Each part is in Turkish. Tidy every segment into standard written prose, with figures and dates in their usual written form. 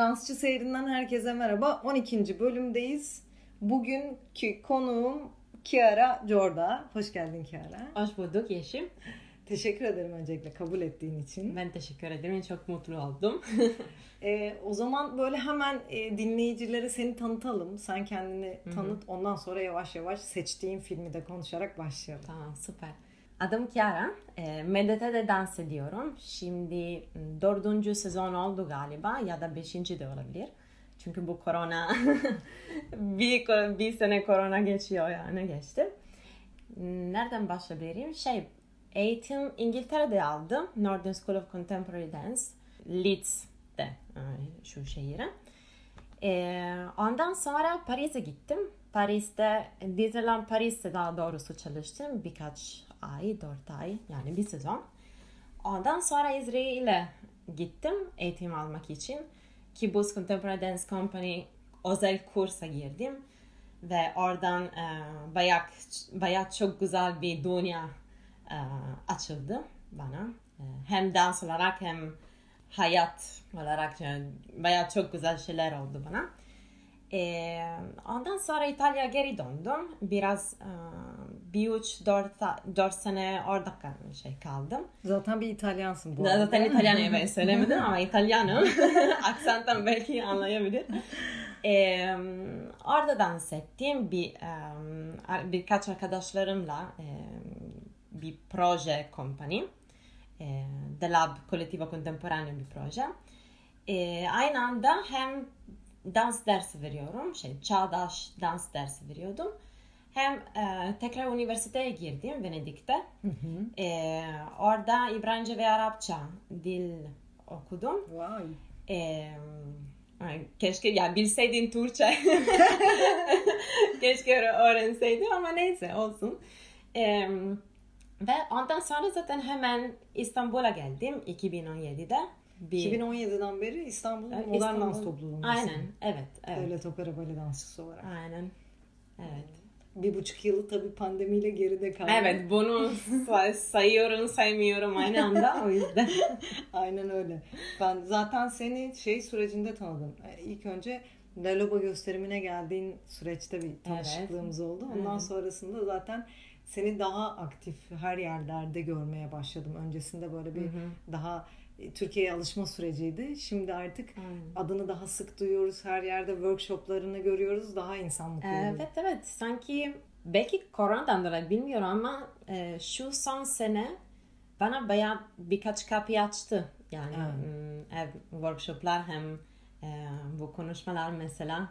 Dansçı Seyrinden herkese merhaba. 12. bölümdeyiz. Bugünkü konuğum Kiara Jorda. Hoş geldin Kiara. Hoş bulduk Yeşim. Teşekkür ederim öncelikle kabul ettiğin için. Ben teşekkür ederim. Çok mutlu oldum. O zaman böyle hemen dinleyicilere seni tanıtalım. Sen kendini tanıt. Ondan sonra yavaş yavaş seçtiğin filmi de konuşarak başlayalım. Tamam, süper. Adım Kiara. MDT'de dans ediyorum. Şimdi 4. sezon oldu galiba ya da 5. de olabilir. Çünkü bu korona bir sene korona geçiyor yani geçti. Nereden başlayabilirim? Eğitim İngiltere'de aldım. Northern School of Contemporary Dance. Leeds'te şu şehire. Ondan sonra Paris'e gittim. Disneyland Paris'te daha doğrusu çalıştım. Birkaç ay, 4 ay yani bir sezon. Ondan sonra İsrail'e gittim eğitim almak için. Kibbutz Contemporary Dance Company özel kursa girdim. Ve oradan bayağı çok güzel bir dünya açıldı bana. Hem dans olarak hem hayat olarak bayağı çok güzel şeyler oldu bana. Ondan sonra İtalya'ya geri döndüm. Biraz 4 sene orada kaldım. Zaten bir İtalyansın bu arada. Zaten İtalyanım ben söylemedim ama İtalyanım. Aksantan belki anlayabilir. Orada dans ettim. Birkaç arkadaşlarımla bir proje kompani. The Lab Collettivo Contemporaneo bir proje. Aynı anda hem dans dersi veriyorum. Çağdaş dans dersi veriyordum. Hem tekrar üniversiteye girdim Venedik'te. Orada İbranice ve Arapça dil okudum. Vay. Keşke bilseydin Türkçe. Keşke öğrenseydim ama neyse olsun. Ve ondan sonra zaten hemen İstanbul'a geldim 2017'de. 2017'den beri İstanbul Modern Dans Topluluğu'nda. Aynen, evet. Devlet Opera Bale dansçısı olarak. Aynen, evet. 1,5 yılı tabii pandemiyle geride kaldı. Evet, bunu sayıyorum, saymıyorum aynı anda o yüzden. Aynen öyle. Ben zaten seni sürecinde tanıdım. İlk önce La Loba gösterimine geldiğin süreçte bir tanışıklığımız oldu. Ondan sonrasında zaten seni daha aktif her yerlerde görmeye başladım. Öncesinde böyle bir daha Türkiye'ye alışma süreciydi. Şimdi artık adını daha sık duyuyoruz. Her yerde workshoplarını görüyoruz. Daha insanlık görüyoruz. Evet. Sanki belki koronadan dolayı bilmiyorum ama şu son sene bana bayağı birkaç kapı açtı. Yani workshoplar hem bu konuşmalar mesela.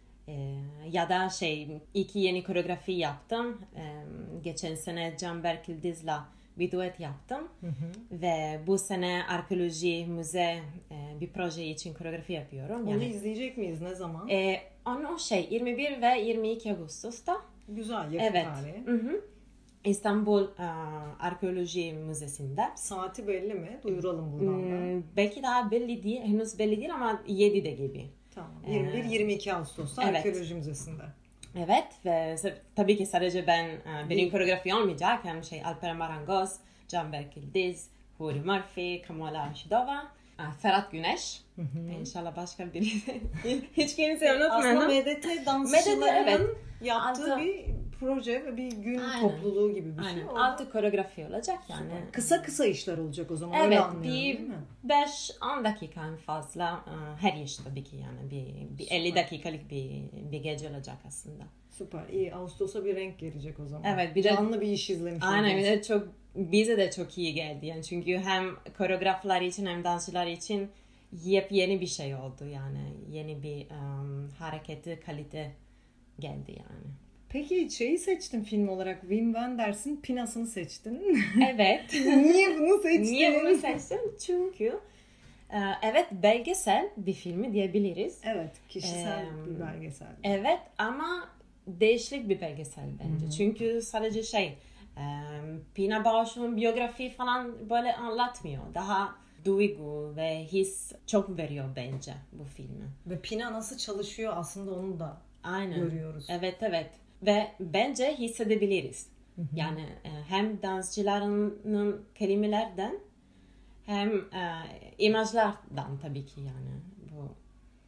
Ya da 2 yeni koreografi yaptım. Geçen sene Canberk Yıldız'la bir duet yaptım. Ve bu sene arkeoloji, müze bir proje için koreografi yapıyorum. Onu izleyecek miyiz? Ne zaman? Onu 21 ve 22 Ağustos'ta. Güzel, yakın tarihi. İstanbul Arkeoloji Müzesi'nde. Saati belli mi? Duyuralım buradan da. Belki daha belli değil, henüz belli değil ama 7'de gibi. Tamam. 21-22 Ağustos'ta Arkeoloji Müzesi'nde. Evet ve tabii ki sadece benim koreografi olmayacak. Hem Alper Marangoz, Canberk Yıldız, Huri Murphy, Kamala Raşidova, Ferhat Güneş. İnşallah başka biri. Hiç kimse unutmayalım. Aslında MDT dansçılarının yaptığı bir proje ve bir gün topluluğu gibi bir şey. 6 koreografi olacak yani. Kısa işler olacak o zaman. Evet, bir 5-10 dakika en fazla her iş tabii ki yani bir 50 dakikalık bir gece olacak aslında. Süper, iyi. Ağustos'a bir renk gelecek o zaman. Evet, canlı bir iş izlemiş. Aynen, bir de bize de çok iyi geldi yani çünkü hem koreograflar için hem dansçılar için yeni bir şey oldu yani yeni bir hareketi kalite geldi yani. Peki seçtin film olarak. Wim Wenders'in Pinas'ını seçtin. Evet. Niye bunu seçtin? Niye bunu seçtim? Çünkü evet belgesel bir filmi diyebiliriz. Evet, kişisel bir belgesel. Evet ama değişik bir belgesel bence. Çünkü sadece Pina Bausch'un biyografi falan böyle anlatmıyor. Daha duygu ve his çok veriyor bence bu filmi. Ve Pina nasıl çalışıyor aslında onu da görüyoruz. Evet. Ve bence hissedebiliriz. Yani hem dansçıların kelimelerden hem imajlardan tabii ki yani bu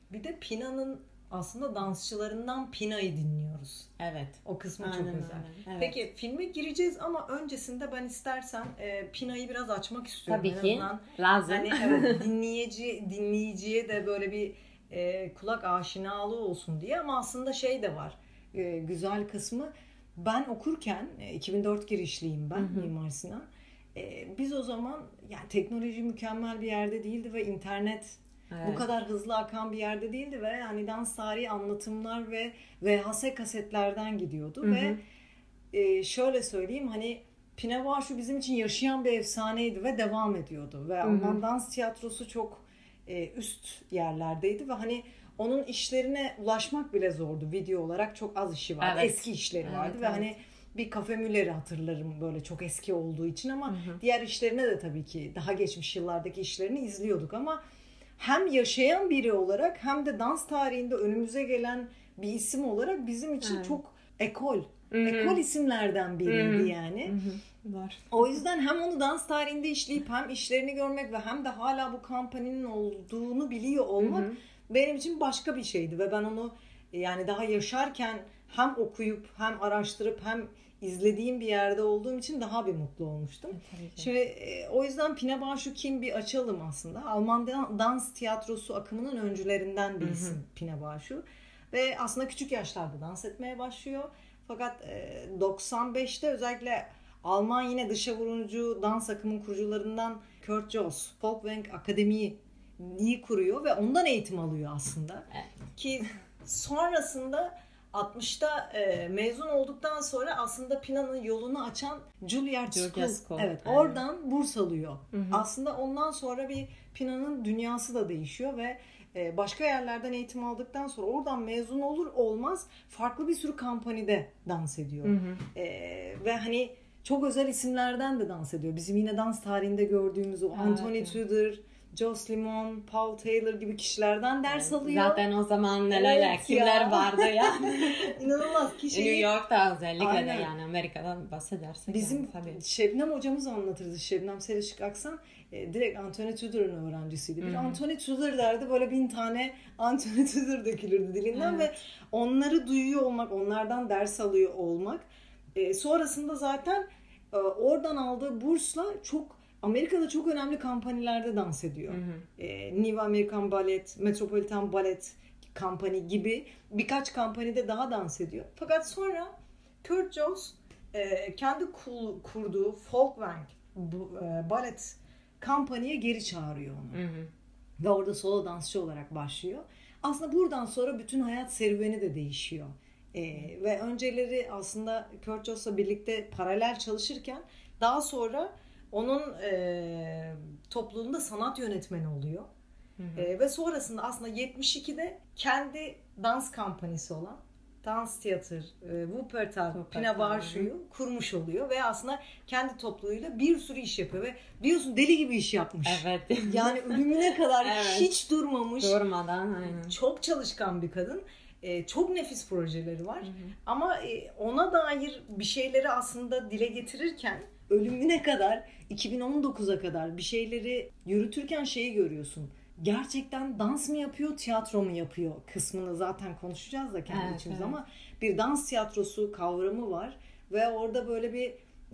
Bir de Pina'nın aslında dansçılarından Pina'yı dinliyoruz. Evet. O kısmı Aynen çok öyle. özel. Evet. Peki filme gireceğiz ama öncesinde ben istersen Pina'yı biraz açmak istiyorum. Tabii ki. Lazım. Hani evet, dinleyiciye de böyle bir kulak aşinalığı olsun diye, ama aslında şey de var. Güzel kısmı, ben okurken 2004 girişliyim ben, Mimar Sinan. Biz o zaman yani teknoloji mükemmel bir yerde değildi ve internet bu kadar hızlı akan bir yerde değildi ve hani dans tarihi anlatımlar ve VHS kasetlerden gidiyordu ve şöyle söyleyeyim, hani Pina Bausch bizim için yaşayan bir efsaneydi ve devam ediyordu ve Alman dans tiyatrosu çok üst yerlerdeydi ve hani onun işlerine ulaşmak bile zordu. Video olarak çok az işi vardı. Evet. Eski işleri vardı ve hani bir Cafe Müller'i hatırlarım böyle çok eski olduğu için, ama diğer işlerine de tabii ki daha geçmiş yıllardaki işlerini izliyorduk, ama hem yaşayan biri olarak hem de dans tarihinde önümüze gelen bir isim olarak bizim için çok ekol isimlerden biriydi yani. Var. O yüzden hem onu dans tarihinde işleyip hem işlerini görmek ve hem de hala bu kampanyanın olduğunu biliyor olmak benim için başka bir şeydi ve ben onu yani daha yaşarken hem okuyup hem araştırıp hem izlediğim bir yerde olduğum için daha bir mutlu olmuştum. Şimdi o yüzden Pina Bausch'u kim bir açalım aslında. Alman dans tiyatrosu akımının öncülerinden bir isim Pina Bausch'u. Ve aslında küçük yaşlarda dans etmeye başlıyor. Fakat 95'te özellikle Alman yine dışa vurucu dans akımının kurucularından Kurt Jooss, Folkwang Akademi'yi kuruyor ve ondan eğitim alıyor aslında. Evet. Ki sonrasında 60'ta mezun olduktan sonra aslında Pina'nın yolunu açan Juilliard School. Evet, oradan burs alıyor. Aslında ondan sonra bir Pina'nın dünyası da değişiyor ve başka yerlerden eğitim aldıktan sonra oradan mezun olur olmaz farklı bir sürü kampanide dans ediyor. Ve hani çok özel isimlerden de dans ediyor. Bizim yine dans tarihinde gördüğümüz o Anthony Tudor, Joss Limon, Paul Taylor gibi kişilerden ders alıyor. Zaten o zaman neler kimler vardı ya. İnanılmaz kişi. New York'ta özellikle de yani Amerika'dan bahsedersek. Bizim yani, Şebnem hocamız anlatırdı. Şebnem Selişik Aksan direkt Anthony Tudor'un öğrencisiydi. Bir Anthony Tudor derdi, böyle 1000 tane Anthony Tudor dökülürdü dilinden ve onları duyuyor olmak, onlardan ders alıyor olmak. Sonrasında zaten oradan aldığı bursla Amerika'da çok önemli kampanilerde dans ediyor. New American Ballet, Metropolitan Ballet Company gibi birkaç kampanide daha dans ediyor. Fakat sonra Kurt Jooss kendi kurduğu Folkwang Ballet Company'ye geri çağırıyor onu. Ve orada solo dansçı olarak başlıyor. Aslında buradan sonra bütün hayat serüveni de değişiyor. Ve önceleri aslında Kurt Jooss'la birlikte paralel çalışırken daha sonra onun topluluğunda sanat yönetmeni oluyor. Ve sonrasında aslında 72'de kendi dans kampanisi olan Dans Theater, Wuppertal, Pina Bausch'u kurmuş oluyor ve aslında kendi topluluğuyla bir sürü iş yapıyor ve biliyorsun deli gibi iş yapmış. Evet. Yani ölümüne kadar hiç durmamış. Durmadan aynen. Çok çalışkan bir kadın. Çok nefis projeleri var. Ama ona dair bir şeyleri aslında dile getirirken ölümüne kadar 2019'a kadar bir şeyleri yürütürken şeyi görüyorsun. Gerçekten dans mı yapıyor, tiyatro mu yapıyor kısmını zaten konuşacağız da kendi içimiz ama bir dans tiyatrosu kavramı var ve orada böyle bir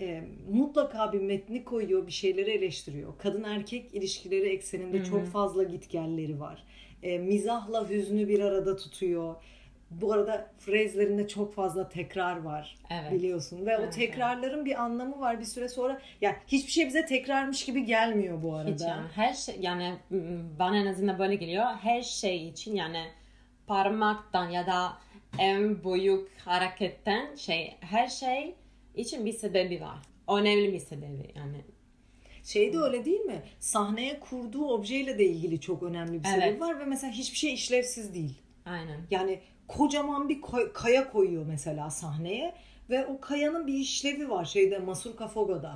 mutlaka bir metni koyuyor, bir şeyleri eleştiriyor. Kadın erkek ilişkileri ekseninde çok fazla gitgelleri var. Mizahla hüznü bir arada tutuyor. Bu arada frezlerinde çok fazla tekrar var biliyorsun ve o tekrarların bir anlamı var bir süre sonra. Yani hiçbir şey bize tekrarmış gibi gelmiyor bu arada. Hiç yani her şey, yani bana en azından böyle geliyor. Her şey için yani parmaktan ya da en büyük hareketten her şey için bir sebebi var. Önemli bir sebebi yani. Şey de öyle değil mi? Sahneye kurduğu objeyle de ilgili çok önemli bir sebebi var ve mesela hiçbir şey işlevsiz değil. Aynen. Yani kocaman bir kaya koyuyor mesela sahneye ve o kayanın bir işlevi var Mazurka Fogo'da.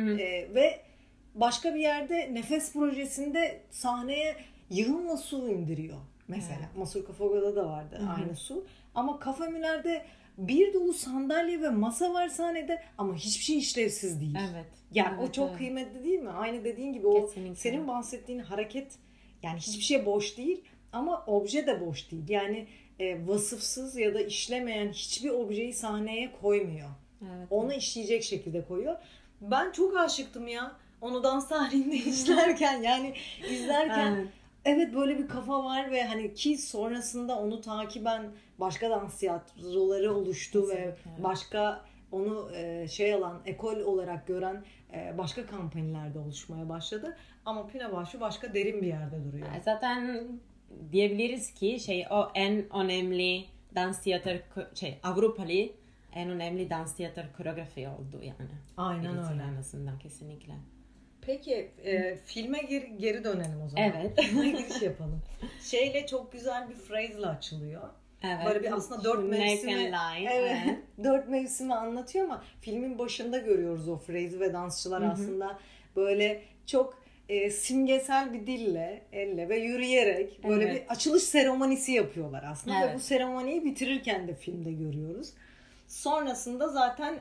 Ve başka bir yerde Nefes projesinde sahneye yığınla su indiriyor mesela. Mazurka Fogo'da da vardı aynı su. Ama Cafe Müller'de bir dolu sandalye ve masa var sahnede ama hiçbir şey işlevsiz değil. Evet. Yani o çok kıymetli değil mi? Aynı dediğin gibi o senin bahsettiğin hareket, yani hiçbir şey boş değil. Ama obje de boş değil. Yani vasıfsız ya da işlemeyen hiçbir objeyi sahneye koymuyor. Evet. Onu işleyecek şekilde koyuyor. Ben çok aşıktım ya. Onu dans tarihinde izlerken yani izlerken evet böyle bir kafa var ve hani ki sonrasında onu takiben başka dans tiyatroları oluştu. Kesinlikle. Ve başka onu alan ekol olarak gören başka kampanyalarda oluşmaya başladı. Ama Pina Bausch başka derin bir yerde duruyor. Zaten diyebiliriz ki o en önemli dans tiyatro Avrupalı en önemli dans tiyatro koreografi oldu yani. Aynen öyle. En azından kesinlikle. Peki filme geri dönelim o zaman. Evet. Filme giriş yapalım. Çok güzel bir phrase'le açılıyor. Evet. Böyle bir aslında 4 mevsimi, evet, 4 mevsimi anlatıyor ama filmin başında görüyoruz o phrase'i ve dansçılar aslında böyle çok simgesel bir dille, elle ve yürüyerek böyle bir açılış seremonisi yapıyorlar aslında ve bu seremoniyi bitirirken de filmde görüyoruz. Sonrasında zaten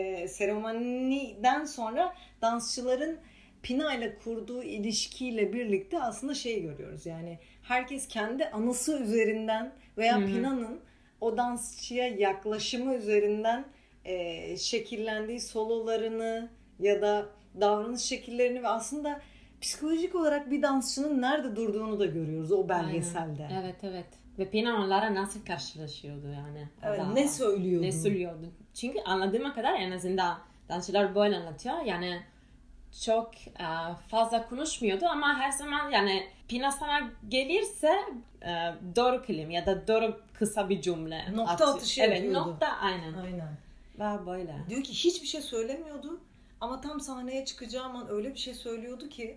seremoniden sonra dansçıların Pina ile kurduğu ilişkiyle birlikte aslında görüyoruz. Yani herkes kendi anısı üzerinden veya Pina'nın o dansçıya yaklaşımı üzerinden şekillendiği sololarını ya da davranış şekillerini ve aslında psikolojik olarak bir dansçının nerede durduğunu da görüyoruz o belgeselde. Aynen. Evet. Ve Pina onlara nasıl karşılaşıyordu yani. Evet, ne söylüyordu? Çünkü anladığıma kadar en azından dansçılar böyle anlatıyor. Yani çok fazla konuşmuyordu ama her zaman yani Pina sana gelirse doğru kelime ya da doğru kısa bir cümle. Nokta atışı yapıyordu. Evet, nokta aynen. Ve böyle. Diyor ki hiçbir şey söylemiyordu ama tam sahneye çıkacağım an öyle bir şey söylüyordu ki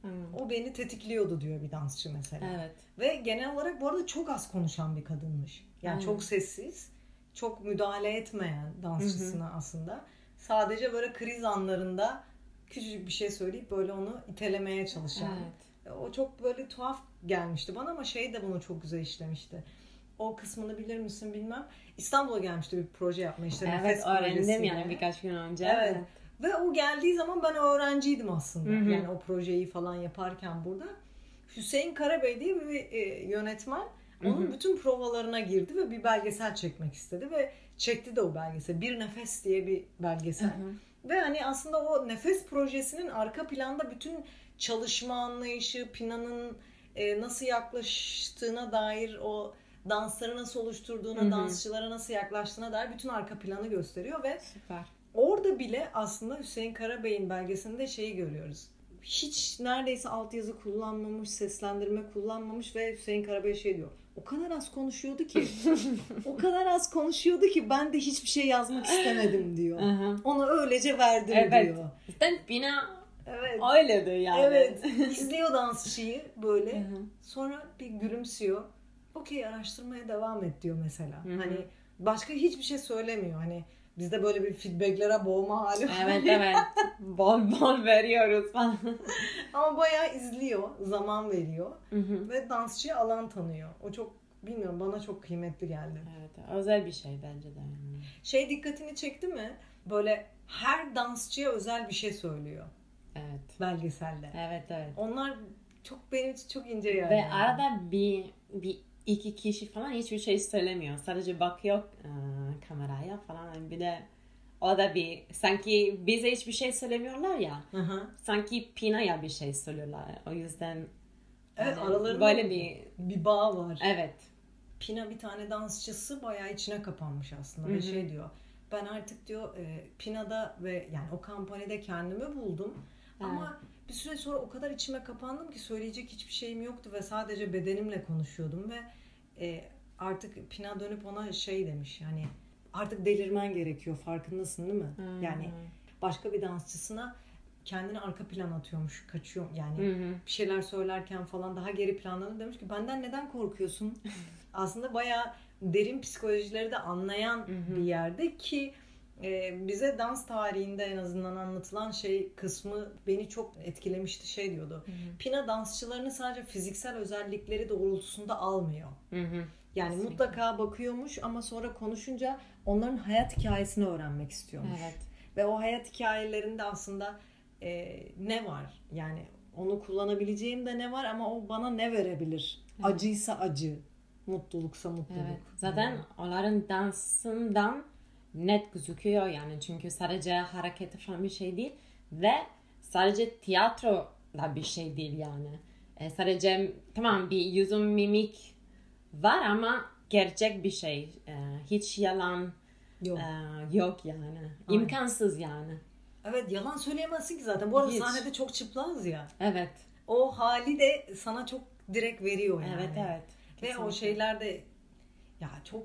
o beni tetikliyordu diyor bir dansçı mesela. Evet. Ve genel olarak bu arada çok az konuşan bir kadınmış. Yani çok sessiz, çok müdahale etmeyen dansçısına aslında. Sadece böyle kriz anlarında küçücük bir şey söyleyip böyle onu itelemeye çalışan. Evet. O çok böyle tuhaf gelmişti bana ama de bunu çok güzel işlemişti. O kısmını bilir misin bilmem. İstanbul'a gelmişti bir proje yapmaya Evet, öğrendim yani birkaç gün önce. Evet. Ve o geldiği zaman ben öğrenciydim aslında. Yani o projeyi falan yaparken burada. Hüseyin Karabey diye bir yönetmen. Onun bütün provalarına girdi ve bir belgesel çekmek istedi ve çekti de o belgesel. Bir Nefes diye bir belgesel. Ve hani aslında o Nefes projesinin arka planda bütün çalışma anlayışı, Pina'nın nasıl yaklaştığına dair, o dansları nasıl oluşturduğuna, dansçılara nasıl yaklaştığına dair bütün arka planı gösteriyor ve süper. Orada bile aslında Hüseyin Karabey'in belgeselinde görüyoruz. Hiç neredeyse altyazı kullanmamış, seslendirme kullanmamış ve Hüseyin Karabey diyor. O kadar az konuşuyordu ki. O kadar az konuşuyordu ki ben de hiçbir şey yazmak istemedim diyor. Onu öylece verdim diyor. Zaten Pina öyledi yani. Evet. İzliyor dansçıyı böyle. Sonra bir gülümsüyor. Okey, araştırmaya devam et diyor mesela. Hani başka hiçbir şey söylemiyor. Hani bizde böyle bir feedbacklere boğma hali var. Evet. Bol veriyoruz falan. Ama bayağı izliyor, zaman veriyor ve dansçıya alan tanıyor. O çok, bilmiyorum, bana çok kıymetli geldi. Evet, özel bir şey bence de. Dikkatini çekti mi? Böyle her dansçıya özel bir şey söylüyor. Evet. Belgeselde. Evet. Onlar benim için çok ince yani. Ve arada bir iki kişi falan hiçbir şey söylemiyor. Sadece bakıyor kameraya falan. Bir de o da sanki bize hiçbir şey söylemiyorlar ya. Sanki Pina'ya bir şey söylüyorlar. O yüzden evet, aralarında böyle bir bağ var. Evet. Pina bir tane dansçısı bayağı içine kapanmış aslında. Ve diyor. Ben artık diyor Pina'da ve yani o kampanyada kendimi buldum. Ama bir süre sonra o kadar içime kapandım ki söyleyecek hiçbir şeyim yoktu ve sadece bedenimle konuşuyordum ve artık Pina dönüp ona demiş, yani artık delirmen gerekiyor, farkındasın değil mi? Yani başka bir dansçısına kendini arka plan atıyormuş, kaçıyor yani bir şeyler söylerken falan daha geri planlanır, demiş ki benden neden korkuyorsun? Aslında bayağı derin psikolojileri de anlayan bir yerde ki bize dans tarihinde en azından anlatılan kısmı beni çok etkilemişti. Diyordu. Pina dansçılarını sadece fiziksel özellikleri doğrultusunda almıyor. Yani kesinlikle. Mutlaka bakıyormuş ama sonra konuşunca onların hayat hikayesini öğrenmek istiyormuş. Evet. Ve o hayat hikayelerinde aslında ne var? Yani onu kullanabileceğim de ne var ama o bana ne verebilir Acıysa acı, mutluluksa mutluluk. Evet. Zaten onların dansından net gözüküyor yani. Çünkü sadece hareket falan bir şey değil. Ve sadece tiyatro da bir şey değil yani. Sadece tamam bir yüzün mimik var ama gerçek bir şey. Hiç yalan yok yani. Aynen. İmkansız yani. Evet, yalan söyleyemezsin ki zaten. Bu arada Hiç. sahnede çok çıplaz ya. Evet. O hali de sana çok direkt veriyor yani. Evet. Ve Kesinlikle. o şeyler de ya çok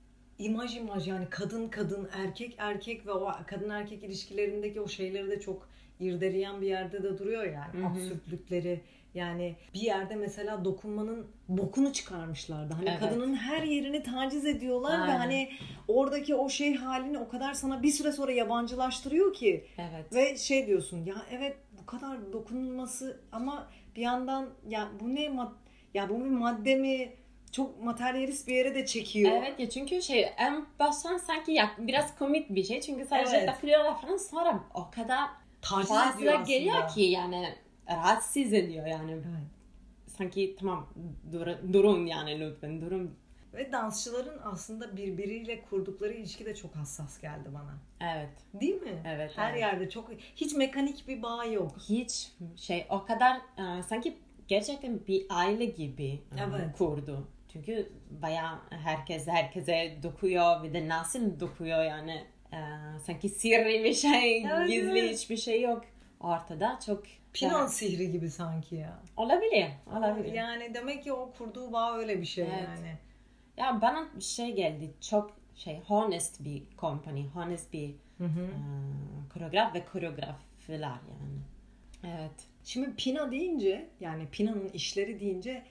imaj yani kadın erkek ve o kadın erkek ilişkilerindeki o şeyleri de çok irdeleyen bir yerde de duruyor yani. Absürtlükleri. Yani bir yerde mesela dokunmanın bokunu çıkarmışlardı. Hani kadının her yerini taciz ediyorlar ve hani oradaki o şey halini o kadar sana bir süre sonra yabancılaştırıyor ki. Evet. Ve şey diyorsun ya evet bu kadar dokunulması ama bir yandan ya bu ne ya bu bir madde mi? Çok materyalist bir yere de çekiyor. Evet ya çünkü en baştan sanki ya biraz komik bir şey. Çünkü sadece takılıyorlar falan sonra o kadar taciz fazla geliyor ki yani rahatsız ediyor yani. Evet. Sanki tamam durun yani lütfen durun. Ve dansçıların aslında birbiriyle kurdukları ilişki de çok hassas geldi bana. Evet. Değil mi? Evet. Her yerde çok hiç mekanik bir bağ yok. Hiç o kadar sanki gerçekten bir aile gibi kurdu. Çünkü bayağı herkese dokuyor ve de nasıl dokuyor yani sanki sirri bir şey, gizli hiçbir şey yok ortada. Çok Pinon sihri gibi sanki ya. Olabilir. Yani demek ki o kurduğu bağ öyle bir şey yani. Ya bana geldi çok honest bir company, honest bir koreograf ve koreograflar yani. Evet. Şimdi Pina deyince yani Pina'nın işleri deyince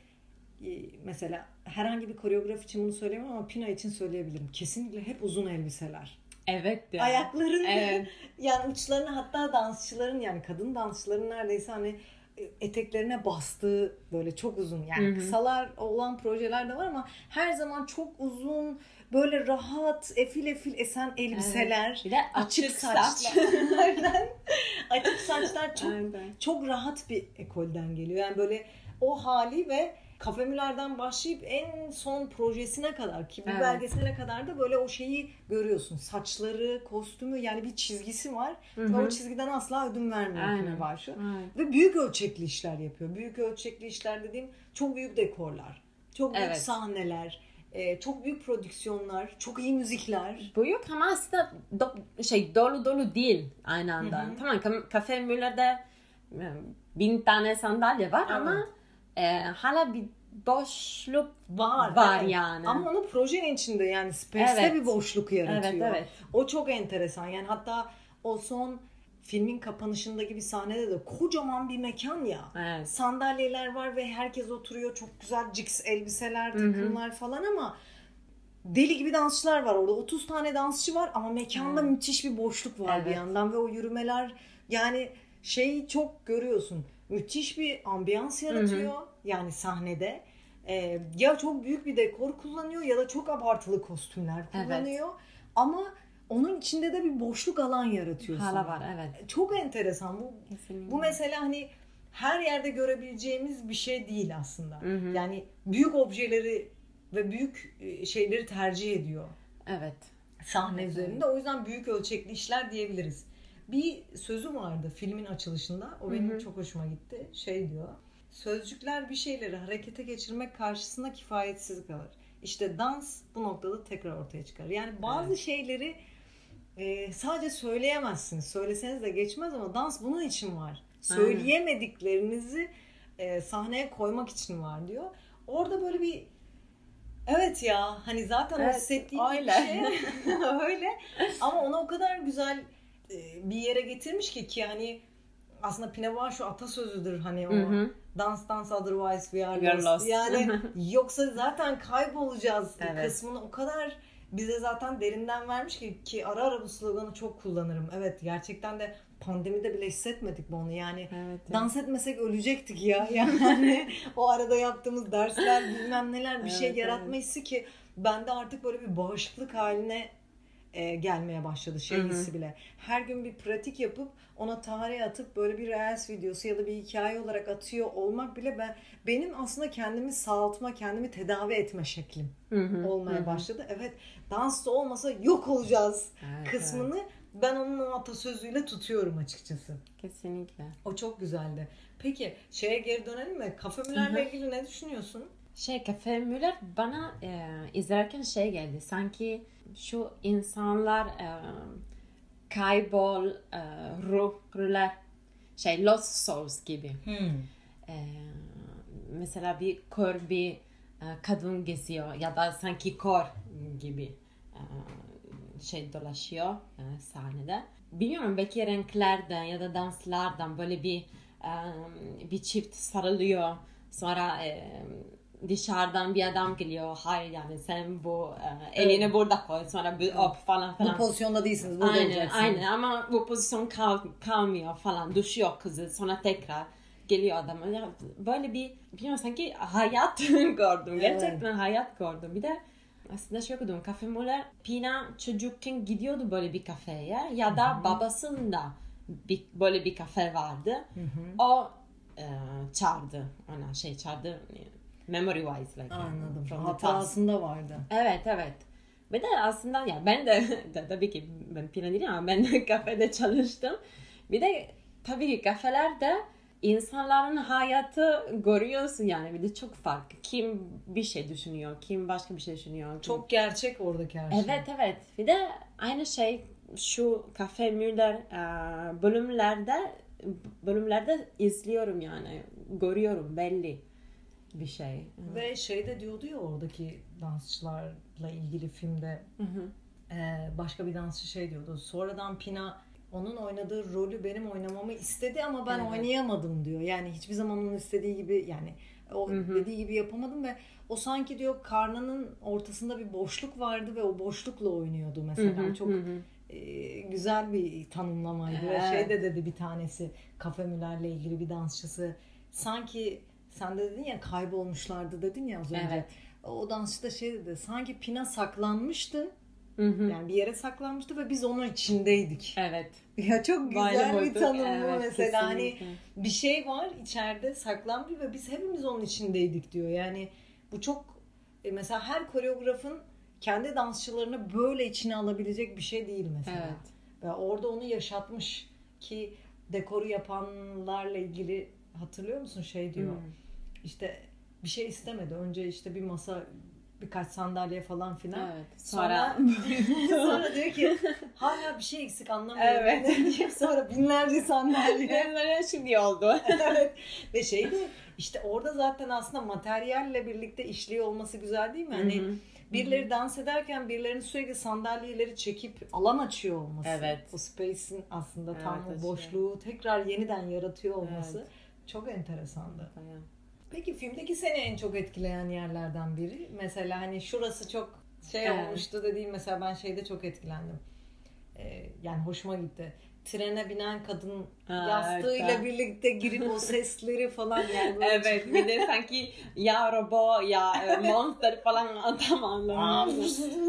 mesela herhangi bir koreograf için bunu söyleyemem ama Pina için söyleyebilirim. Kesinlikle hep uzun elbiseler. Evet. Yani. Ayakların yani uçlarını hatta dansçıların yani kadın dansçıların neredeyse hani eteklerine bastığı böyle çok uzun yani kısalar olan projeler de var ama her zaman çok uzun böyle rahat efil esen elbiseler, bir de açık saçlar. Açık saçlar çok rahat bir ekolden geliyor. Yani böyle o hali ve Cafe Müller'den başlayıp en son projesine kadar ki bir belgesele kadar da böyle o şeyi görüyorsun. Saçları, kostümü yani bir çizgisi var. Ve o çizgiden asla ödün vermiyor Pina Bausch. Ve büyük ölçekli işler yapıyor. Büyük ölçekli işler dediğim çok büyük dekorlar, çok büyük sahneler, çok büyük prodüksiyonlar, çok iyi müzikler. Büyük ama aslında dolu değil aynı anda. Tamam Cafe Müller'de 1000 tane sandalye var ama hala bir boşluk var yani. Ama onu projenin içinde yani Space'te bir boşluk yaratıyor. Evet. O çok enteresan. Yani hatta o son filmin kapanışındaki bir sahnede de kocaman bir mekan ya. Evet. Sandalyeler var ve herkes oturuyor. Çok güzel jigs elbiseler, takımlar falan ama deli gibi dansçılar var orada. 30 tane dansçı var ama mekanda müthiş bir boşluk var bir yandan ve o yürümeler yani çok görüyorsun. Müthiş bir ambiyans yaratıyor yani sahnede. Ya çok büyük bir dekor kullanıyor ya da çok abartılı kostümler kullanıyor. Ama onun içinde de bir boşluk alan yaratıyor. Hala var evet. Çok enteresan. Bu mesela hani her yerde görebileceğimiz bir şey değil aslında. Yani büyük objeleri ve büyük şeyleri tercih ediyor. Evet. Sahne üzerinde. O yüzden büyük ölçekli işler diyebiliriz. Bir sözü vardı filmin açılışında. O benim çok hoşuma gitti. Diyor. Sözcükler bir şeyleri harekete geçirmek karşısında kifayetsiz kalır. İşte dans bu noktada tekrar ortaya çıkar. Yani bazı şeyleri sadece söyleyemezsiniz. Söyleseniz de geçmez ama dans bunun için var. Söyleyemediklerinizi sahneye koymak için var diyor. Orada böyle bir evet ya hani zaten o hissettiğim bir şey öyle ama onu o kadar güzel bir yere getirmiş ki hani aslında Pina Bausch atasözüdür hani o dance otherwise we are lost. Yani yoksa zaten kaybolacağız kısmını o kadar bize zaten derinden vermiş ki ara ara bu sloganı çok kullanırım. Evet gerçekten de pandemide bile hissetmedik bunu yani dans etmesek ölecektik ya yani o arada yaptığımız dersler bilmem neler bir şey yaratma hissi ki bende artık böyle bir bağışıklık haline gelmeye başladı hissi bile. Her gün bir pratik yapıp ona tarih atıp böyle bir reels videosu ya da bir hikaye olarak atıyor olmak bile benim aslında kendimi sağaltma, kendimi tedavi etme şeklim olmaya başladı. Evet, dans da olmasa yok olacağız kısmını ben onun atasözüyle tutuyorum açıkçası. Kesinlikle. O çok güzeldi. Peki şeye geri dönelim mi? Cafe Müller'le ilgili ne düşünüyorsun? Cafe Müller bana izlerken geldi. Sanki şu insanlar ruhlar Lost Souls gibi. Mesela bir kör bir kadın geziyor ya da sanki kor gibi dolaşıyor sahnede. Bilmiyorum, belki renklerden ya da danslardan böyle bir çift sarılıyor. Sonra dışarıdan bir adam geliyor. Hayır yani sen bu elini burada koy. Sonra bir falan. Bu pozisyonda değilsiniz. Burada olacaksınız. Aynen ama bu pozisyon kalmıyor falan. Düşüyor kızı. Sonra tekrar geliyor adam. Böyle bilmiyorum, sanki hayat gördüm. Gerçekten hayat gördüm. Bir de aslında okudum. Cafe Müller, Pina çocukken gidiyordu böyle bir kafeye ya da babasında böyle bir kafe vardı. O çağırdı ona çağırdı. Memory wise like. Anladım. Hatırasında vardı. Evet. Ve de aslında ya ben de tabii ki ben Pina değilim ama ben de kafede çalıştım. Bir de tabii ki kafelerde insanların hayatı görüyorsun yani. Bir de çok farklı. Kim bir şey düşünüyor, kim başka bir şey düşünüyor. Çok gerçek oradaki her şey. Evet. Bir de aynı şu Cafe Müller bölümlerde izliyorum yani. Görüyorum belli bir şey. Ve de diyordu ya oradaki dansçılarla ilgili filmde başka bir dansçı diyordu. Sonradan Pina onun oynadığı rolü benim oynamamı istedi ama ben oynayamadım diyor. Yani hiçbir zaman onun istediği gibi yani o dediği gibi yapamadım ve o sanki diyor karnının ortasında bir boşluk vardı ve o boşlukla oynuyordu mesela. Çok güzel bir tanımlamaydı. Ve de dedi bir tanesi Cafe Müller'le ilgili bir dansçısı. Sanki sen de dedin ya kaybolmuşlardı dedin ya az önce. Evet. O dansçı da dedi. Sanki Pina saklanmıştı. Yani bir yere saklanmıştı ve biz onun içindeydik. Evet. Ya çok güzel bir tanımlama mesela. Kesinlikle. Hani bir şey var içeride saklanmış ve biz hepimiz onun içindeydik diyor. Yani bu çok mesela her koreografın kendi dansçılarını böyle içine alabilecek bir şey değil mesela. Evet. Ve orada onu yaşatmış ki dekoru yapanlarla ilgili hatırlıyor musun diyor. İşte bir şey istemedi. Önce bir masa, birkaç sandalye falan filan. Evet. Sonra diyor ki hala bir şey eksik anlamıyorum. Evet. Sonra binlerce sandalye. Şimdi oldu. Evet. Ve işte orada zaten aslında materyalle birlikte işliyor olması güzel değil mi? Hani birileri dans ederken birilerinin sürekli sandalyeleri çekip alan açıyor olması. Evet. O space'in aslında tam o boşluğu tekrar yeniden yaratıyor olması çok enteresandı. Evet. Peki filmdeki seni en çok etkileyen yerlerden biri? Mesela hani şurası çok olmuştu dediğim mesela ben çok etkilendim. Yani hoşuma gitti. Trene binen kadın yastığıyla birlikte girip o sesleri falan yani. Evet bir de sanki ya robo ya monster falan tam anlamıyorum.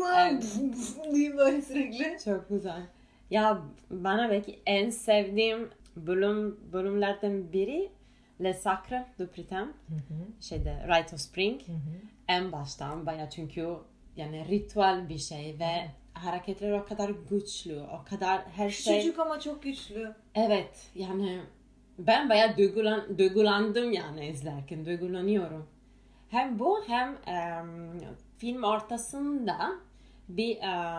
diye böyle sürekli. Çok güzel. Ya bana belki en sevdiğim bölümlerden biri Le Sacre du Printemps. Rite of Spring. En baştan bayağı çünkü yani ritüel bir şey ve hareketler o kadar güçlü, o kadar her şey. Küçücük ama çok güçlü. Evet yani ben bayağı duygulandım yani izlerken, duygulanıyorum. Hem bu hem film ortasında bir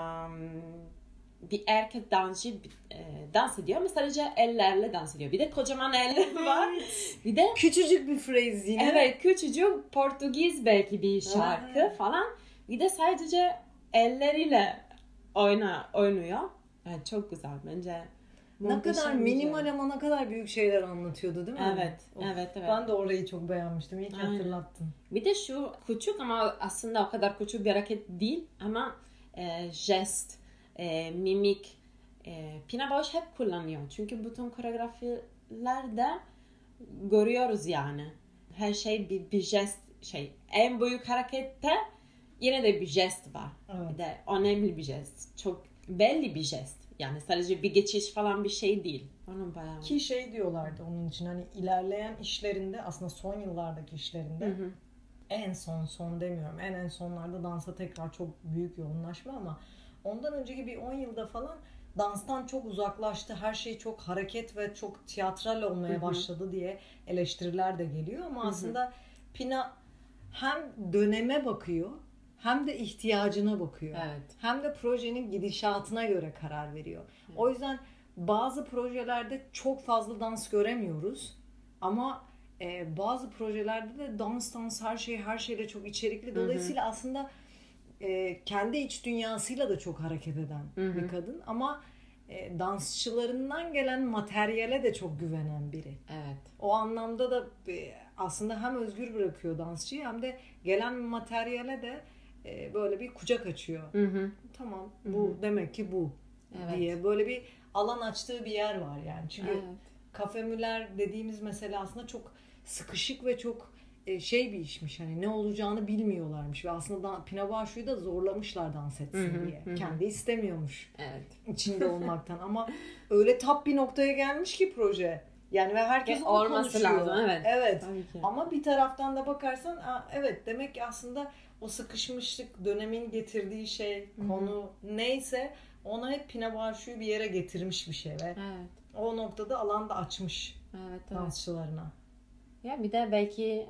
erkek dansçı dans ediyor ama sadece ellerle dans ediyor. Bir de kocaman eller var. Bir de küçücük bir phrase yine. Evet, küçücük Portekiz belki bir şarkı falan. Bir de sadece elleriyle oynuyor. Evet, çok güzel bence. Ne kadar minimal ama ne kadar büyük şeyler anlatıyordu değil mi? Evet, evet. Ben de orayı çok beğenmiştim. İyi ki hatırlattın. Bir de şu küçük ama aslında o kadar küçük bir hareket değil ama jest, mimik, Pina Bausch hep kullanıyor. Çünkü bütün koreografilerde görüyoruz yani. Her şey bir jest en büyük harekette yine de bir jest var. Evet. Bir de önemli bir jest. Çok belli bir jest. Yani sadece bir geçiş falan bir şey değil. Onun bayağı... Ki şey diyorlardı onun için, hani ilerleyen işlerinde, aslında son yıllardaki işlerinde, en son demiyorum, en sonlarda dansa tekrar çok büyük yoğunlaşma, ama ondan önceki bir 10 yılda falan danstan çok uzaklaştı. Her şey çok hareket ve çok tiyatral olmaya başladı diye eleştiriler de geliyor. Ama aslında Pina hem döneme bakıyor, hem de ihtiyacına bakıyor. Evet. Hem de projenin gidişatına göre karar veriyor. Evet. O yüzden bazı projelerde çok fazla dans göremiyoruz. Ama bazı projelerde de dans her şeyle çok içerikli. Dolayısıyla aslında kendi iç dünyasıyla da çok hareket eden bir kadın. Ama dansçılarından gelen materyale de çok güvenen biri. Evet. O anlamda da aslında hem özgür bırakıyor dansçıyı, hem de gelen materyale de böyle bir kucak açıyor. Tamam, bu demek ki bu diye böyle bir alan açtığı bir yer var yani. Çünkü Cafe Müller dediğimiz mesela aslında çok sıkışık ve çok şey bir işmiş. Hani ne olacağını bilmiyorlarmış ve aslında Pina Bausch'u da zorlamışlar dans etsin diye. Kendi istemiyormuş. İçinde olmaktan, ama öyle tap bir noktaya gelmiş ki proje. Yani ve herkes onu konuşuyor. Lazım, evet. Ama bir taraftan da bakarsan evet, demek ki aslında o sıkışmışlık, dönemin getirdiği şey, konu neyse, ona hep Pina Bausch'u bir yere getirmiş bir şey ve o noktada alan da açmış dansçılarına. Ya bir de belki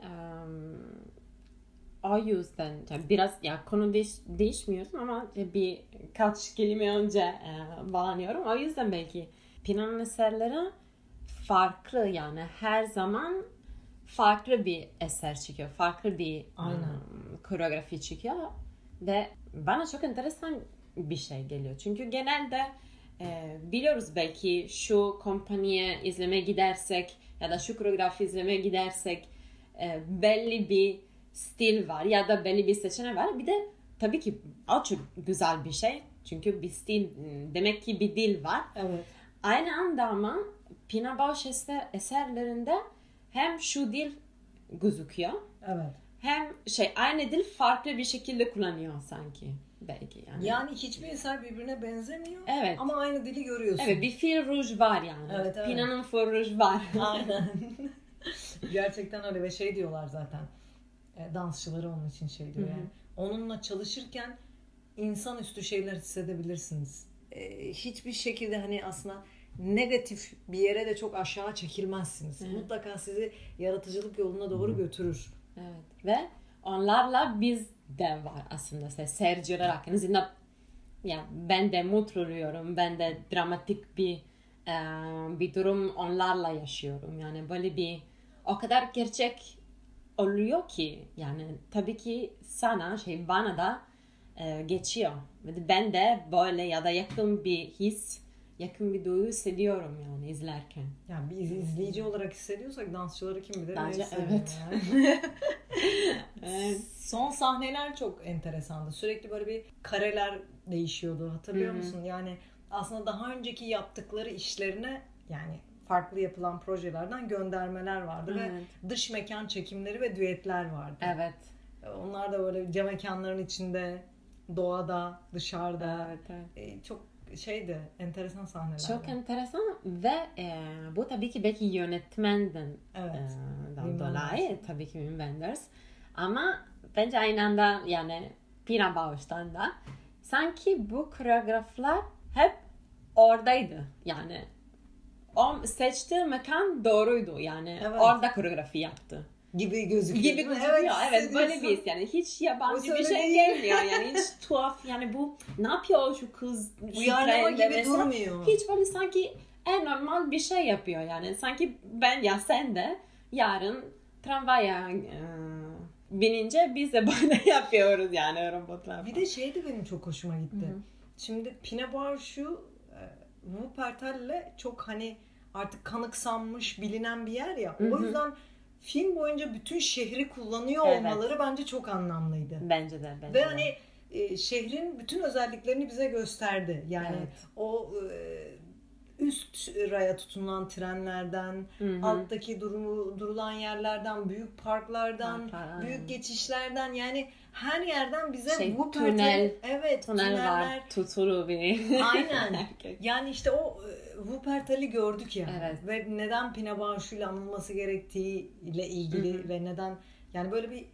o yüzden biraz ya konu değişmiyorsun ama birkaç kelime önce bağlanıyorum. O yüzden belki Pina'nın eserleri farklı, yani her zaman farklı bir eser çıkıyor. Farklı bir koreografi çıkıyor ve bana çok enteresan bir şey geliyor. Çünkü genelde biliyoruz belki şu kompaniye izlemeye gidersek ya da şu koreografi izlemeye gidersek belli bir stil var ya da belli bir seçenek var. Bir de tabii ki o çok güzel bir şey. Çünkü bir stil, demek ki bir dil var. Evet. Aynı anda ama Pina Bausch eserlerinde hem şu dil gözüküyor. Evet. Hem aynı dil farklı bir şekilde kullanıyor sanki. Belki yani. Yani hiçbir eser birbirine benzemiyor. Evet. Ama aynı dili görüyorsun. Evet, bir fil rouge var yani. Evet. Pina'nın fil rouge var. Aynen. Gerçekten öyle ve şey diyorlar zaten. Dansçıları onun için şey diyor yani. Onunla çalışırken insanüstü şeyler hissedebilirsiniz. Hiçbir şekilde hani aslında negatif bir yere de çok aşağı çekilmezsiniz. Mutlaka sizi yaratıcılık yoluna doğru götürür. Evet. Ve onlarla biz de var aslında seyirci olarak. En azından yani ben de mutlu oluyorum. Ben de dramatik bir durum onlarla yaşıyorum. Yani böyle bir o kadar gerçek oluyor ki yani tabii ki sana bana da geçiyor. Ve ben de böyle ya da yakın bir his, yakın bir duygu hissediyorum yani izlerken. Yani bir izleyici olarak hissediyorsak dansçıları kim bilir. Bence evet. Yani. Evet. Son sahneler çok enteresandı. Sürekli böyle bir kareler değişiyordu. Hatırlıyor musun? Yani aslında daha önceki yaptıkları işlerine, yani farklı yapılan projelerden göndermeler vardı ve dış mekan çekimleri ve düetler vardı. Evet. Onlar da böyle cam mekanların içinde, doğada, dışarıda. Evet. Çok enteresan sahneler. Çok enteresan ve bu tabii ki belki yönetmenden dolayı tabii ki Wim Wenders. Ama bence aynı anda yani Pina Bausch'tan da sanki bu koreograflar hep oradaydı. Yani o seçtiği mekan doğruydu. Yani orada koreografi yaptı. Gibi gözüküyor. Evet böyle bir yani hiç yabancı bir şey gelmiyor yani hiç tuhaf yani bu ne yapıyor şu kız uyarlama gibi mesela, durmuyor. Hiç böyle sanki en normal bir şey yapıyor yani sanki ben ya sen de yarın tramvaya binince biz de böyle yapıyoruz yani robotlar. Bir de benim çok hoşuma gitti. Şimdi Pina Bausch'u Wuppertal'le çok hani artık kanıksanmış bilinen bir yer ya. O yüzden film boyunca bütün şehri kullanıyor olmaları bence çok anlamlıydı. Bence de. Ve hani şehrin bütün özelliklerini bize gösterdi. Yani o üst raya tutulan trenlerden, alttaki durulan yerlerden, büyük parklardan, büyük geçişlerden, yani her yerden bize bu tünel, evet, tüneller var, tutulu bir. Aynen. Yani işte o Wuppertal'i gördük yani. Evet. Ve neden Pina Bausch'uyla anılması gerektiği ile ilgili ve neden yani böyle bir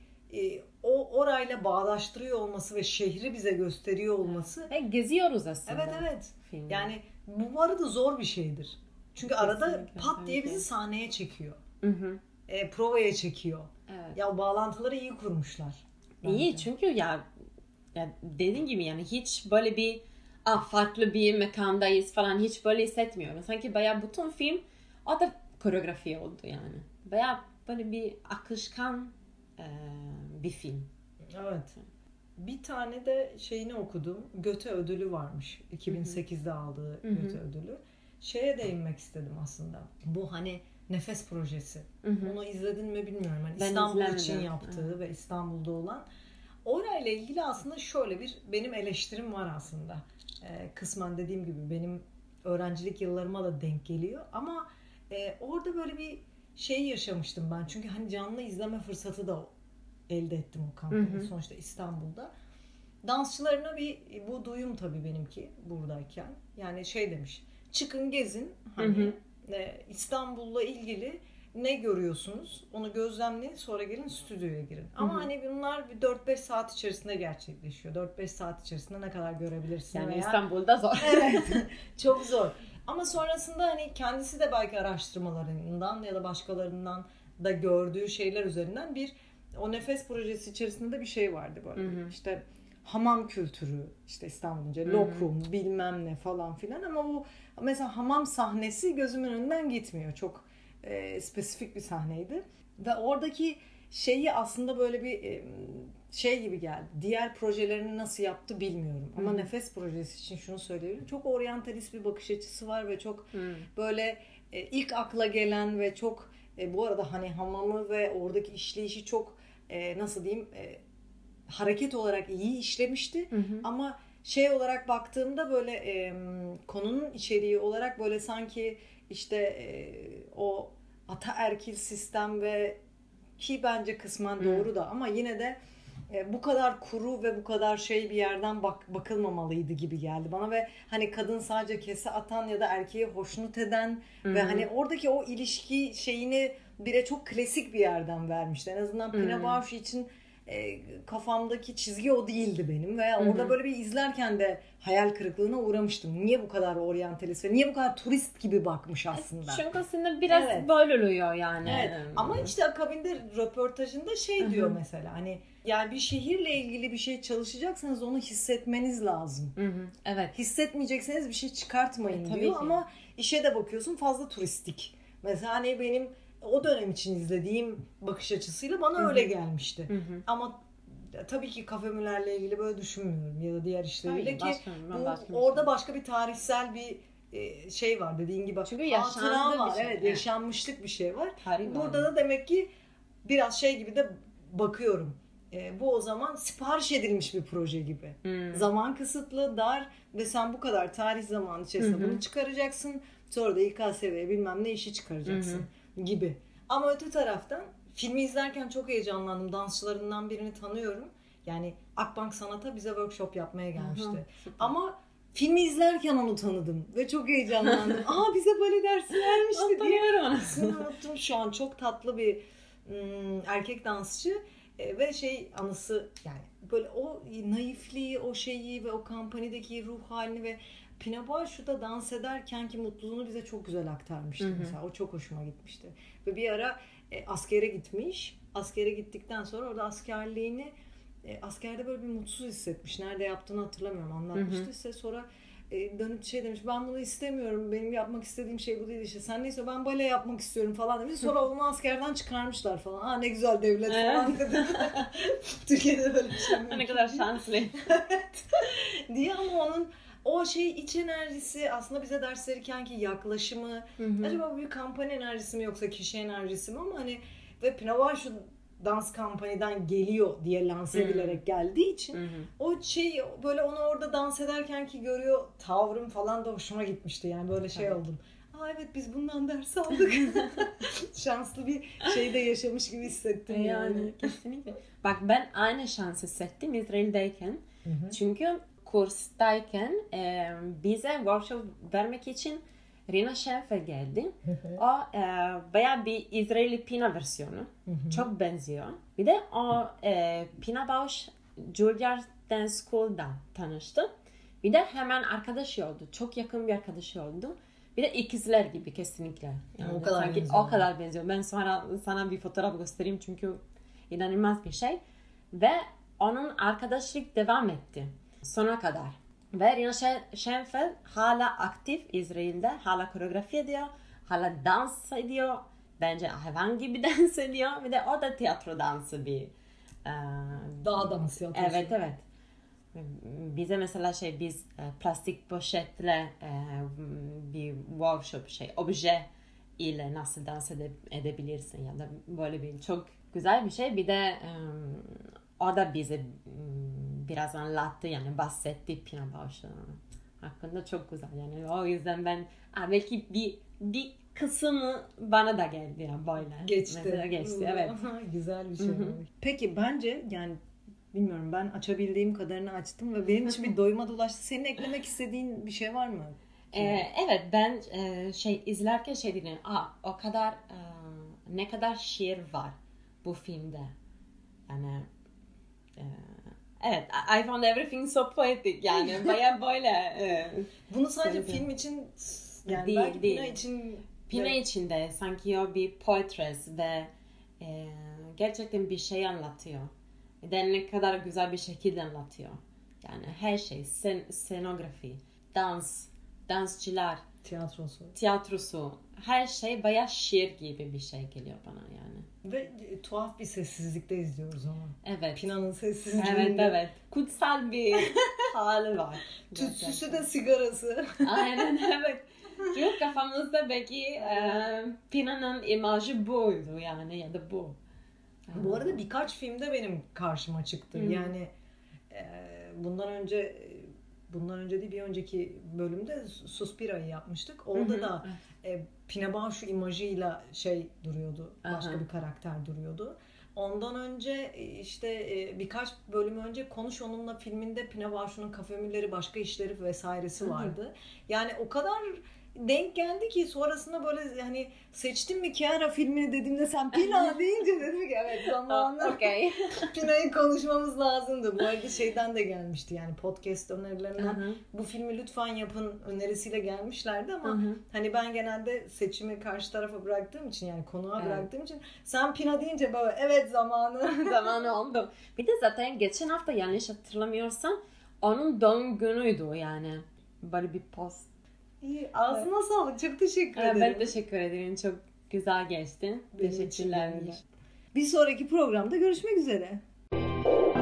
o orayla bağdaştırıyor olması ve şehri bize gösteriyor olması. Ve geziyoruz aslında. Evet. Filmde. Yani bu arada zor bir şeydir. Çünkü arada Kesinlikle, pat diye bizi sahneye çekiyor. Hı. Provaya çekiyor. Evet. Ya bağlantıları iyi kurmuşlar. Bence. İyi, çünkü ya dediğin gibi yani hiç böyle bir farklı bir mekandayız falan, hiç böyle hissetmiyorum. Sanki bayağı bütün film o da koreografi oldu yani. Bayağı böyle bir akışkan bir film. Evet. Bir tane de şeyini okudum. Göte ödülü varmış. 2008'de aldığı Göte ödülü. Şeye değinmek istedim aslında. Bu hani Nefes projesi. Onu izledin mi bilmiyorum. Hani İstanbul için yaptığı ve İstanbul'da olan. Orayla ilgili aslında şöyle bir benim eleştirim var aslında. Kısmen dediğim gibi benim öğrencilik yıllarıma da denk geliyor. Ama orada böyle bir şey yaşamıştım ben. Çünkü hani canlı izleme fırsatı da elde ettim o kampanya. Sonuçta İstanbul'da. Dansçılarına bu duyum tabii benimki buradayken. Yani şey demiş. Çıkın gezin. Hani İstanbul'la ilgili ne görüyorsunuz? Onu gözlemleyin, sonra gelin stüdyoya girin. Ama hani bunlar bir 4-5 saat içerisinde gerçekleşiyor. 4-5 saat içerisinde ne kadar görebilirsin? Yani İstanbul'da zor. Evet. Çok zor. Ama sonrasında hani kendisi de belki araştırmalarından ya da başkalarından da gördüğü şeyler üzerinden o Nefes projesi içerisinde bir şey vardı böyle. İşte hamam kültürü, işte İstanbul'unca lokum, bilmem ne falan filan, ama bu mesela hamam sahnesi gözümün önünden gitmiyor. Çok spesifik bir sahneydi. Ve oradaki şeyi aslında böyle bir şey gibi geldi. Diğer projelerini nasıl yaptı bilmiyorum. Ama Nefes projesi için şunu söyleyebilirim. Çok oryantalist bir bakış açısı var ve çok böyle ilk akla gelen ve çok bu arada hani hamamı ve oradaki işleyişi çok nasıl diyeyim hareket olarak iyi işlemişti. Ama şey olarak baktığımda böyle konunun içeriği olarak böyle sanki işte o ataerkil sistem ve ki bence kısmen doğru da ama yine de bu kadar kuru ve bu kadar şey bir yerden bakılmamalıydı gibi geldi bana ve hani kadın sadece kese atan ya da erkeği hoşnut eden ve hani oradaki o ilişki şeyini bile çok klasik bir yerden vermişti. En azından Pina Bausch için kafamdaki çizgi o değildi benim ve orada böyle bir izlerken de hayal kırıklığına uğramıştım. Niye bu kadar oryantalist ve niye bu kadar turist gibi bakmış aslında? Çünkü aslında biraz böyle oluyor yani. Evet. Ama işte akabinde röportajında şey diyor mesela hani yani bir şehirle ilgili bir şey çalışacaksanız onu hissetmeniz lazım. Evet. Hissetmeyecekseniz bir şey çıkartmayın diyor ki. Ama işe de bakıyorsun fazla turistik. Mesela hani benim o dönem için izlediğim bakış açısıyla bana öyle gelmişti. Ama tabii ki Cafe Müller'le ilgili böyle düşünmüyorum ya da diğer işleriyle ki orada başka bir tarihsel bir şey var dediğin gibi. Çünkü hatıra var. Bir şey. Evet, yaşanmışlık bir şey var. Burada var. da demek ki biraz şey gibi de bakıyorum. Bu o zaman sipariş edilmiş bir proje gibi. Zaman kısıtlı, dar ve sen bu kadar tarih zamanı içerisinde bunu çıkaracaksın. Sonra da İKSV'ye bilmem ne işi çıkaracaksın gibi. Ama öte taraftan filmi izlerken çok heyecanlandım. Dansçılarından birini tanıyorum. Yani Akbank Sanat'a bize workshop yapmaya gelmişti. Ama filmi izlerken onu tanıdım ve çok heyecanlandım. Bize böyle dersi vermişti diye. İsmini unuttum şu an. Çok tatlı bir erkek dansçı ve anısı yani böyle o naifliği, o şeyi ve o kampanideki ruh halini ve Pina Bausch'da dans ederken ki mutluluğunu bize çok güzel aktarmıştı mesela. O çok hoşuma gitmişti. Ve bir ara askere gitmiş. Askere gittikten sonra orada askerliğini askerde böyle bir mutsuz hissetmiş. Nerede yaptığını hatırlamıyorum. Anlatmıştı ise sonra dönüp demiş ben bunu istemiyorum. Benim yapmak istediğim şey bu değil işte. Sen neyse ben bale yapmak istiyorum falan demiş. Sonra onu askerden çıkarmışlar falan. Ne güzel devlet falan dedi. Türkiye'de böyle bir şey. Ne kadar şanslı. diye ama onun o iç enerjisi aslında bize ders verirken ki yaklaşımı acaba bu bir kampanya enerjisi mi yoksa kişi enerjisi mi ama hani ve Pina Bausch'un dans kampanyadan geliyor diye lanse edilerek geldiği için o şey böyle onu orada dans ederken ki görüyor tavrım falan da hoşuma gitmişti. Yani böyle şey oldum. Aa evet biz bundan ders aldık. Şanslı bir şey de yaşamış gibi hissettim yani. Kesinlikle. Bak ben aynı şans hissettim İsrail'deyken. Çünkü kurstayken bize workshop vermek için Rina Schenfeld geldi. O bayağı bir İsraili Pina versiyonu. Çok benziyor. Bir de o Pina Bausch Juilliard Dance School'dan tanıştı. Bir de hemen arkadaşı oldu. Çok yakın bir arkadaşı oldu. Bir de ikizler gibi kesinlikle. Yani o kadar sanki benziyor. O kadar benziyor. Ben sonra sana bir fotoğraf göstereyim çünkü inanılmaz bir şey. Ve onun arkadaşlık devam etti. Sona kadar. Ve Rina Schenfeld hala aktif İsrail'de. Hala koreografi ediyor. Hala dans ediyor. Bence hayvan gibi dans ediyor. Bir de o da tiyatro dansı bir... Daha dans yapıyor. Evet. Bize mesela biz plastik poşetle bir workshop obje ile nasıl dans edebilirsin ya da böyle bir çok güzel bir şey. Bir de o da bize biraz anlattı yani bahsetti Pina Bausch hakkında çok güzel yani o yüzden ben belki bir kısmı bana da geldi ya böyle. Geçti evet. Güzel bir şey. Peki bence yani bilmiyorum ben açabildiğim kadarını açtım ve benim için bir doyuma dolaştı. Senin eklemek istediğin bir şey var mı? Evet ben izlerken dedim o kadar ne kadar şiir var bu filmde yani evet I found everything so poetic yani bayağı böyle bunu sadece film için yani değil, belki değil. Pina için de sanki o bir poetress ve gerçekten bir şey anlatıyor. Ne kadar güzel bir şekilde anlatıyor. Yani her şey, scenografi, dansçılar, tiyatrosu, her şey bayağı şiir gibi bir şey geliyor bana yani. Ve tuhaf bir sessizlikte izliyoruz onu. Evet. Pina'nın sessizliğinde. Evet. Kutsal bir hali var. Tütsüsü de sigarası. Aynen evet. Çünkü kafamızda belki Pina'nın imajı buydu yani ya da bu. Bu arada birkaç filmde benim karşıma çıktı. Yani bundan önce değil bir önceki bölümde Suspira'yı yapmıştık. Orada da Pina Bausch imajıyla duruyordu. Başka bir karakter duruyordu. Ondan önce birkaç bölüm önce Konuş Onunla filminde Pina Bausch'un kafemülleri, başka işleri vesairesi vardı. Yani o kadar denk geldi ki sonrasında böyle hani seçtim mi Chiara filmini dediğimde sen Pina deyince dedim ki evet zamanında Pina'yı konuşmamız lazımdı. Bu arada şeyden de gelmişti yani podcast önerilerinden bu filmi lütfen yapın önerisiyle gelmişlerdi ama hani ben genelde seçimi karşı tarafa bıraktığım için yani konuğa bıraktığım için sen Pina deyince böyle evet zamanı oldu. Bir de zaten geçen hafta yanlış hatırlamıyorsam onun doğum günüydü yani böyle bir post. İyi, ağzına sağlık. Çok teşekkür ederim. Ben teşekkür ederim. Çok güzel geçti. Teşekkürler. Bir sonraki programda görüşmek üzere.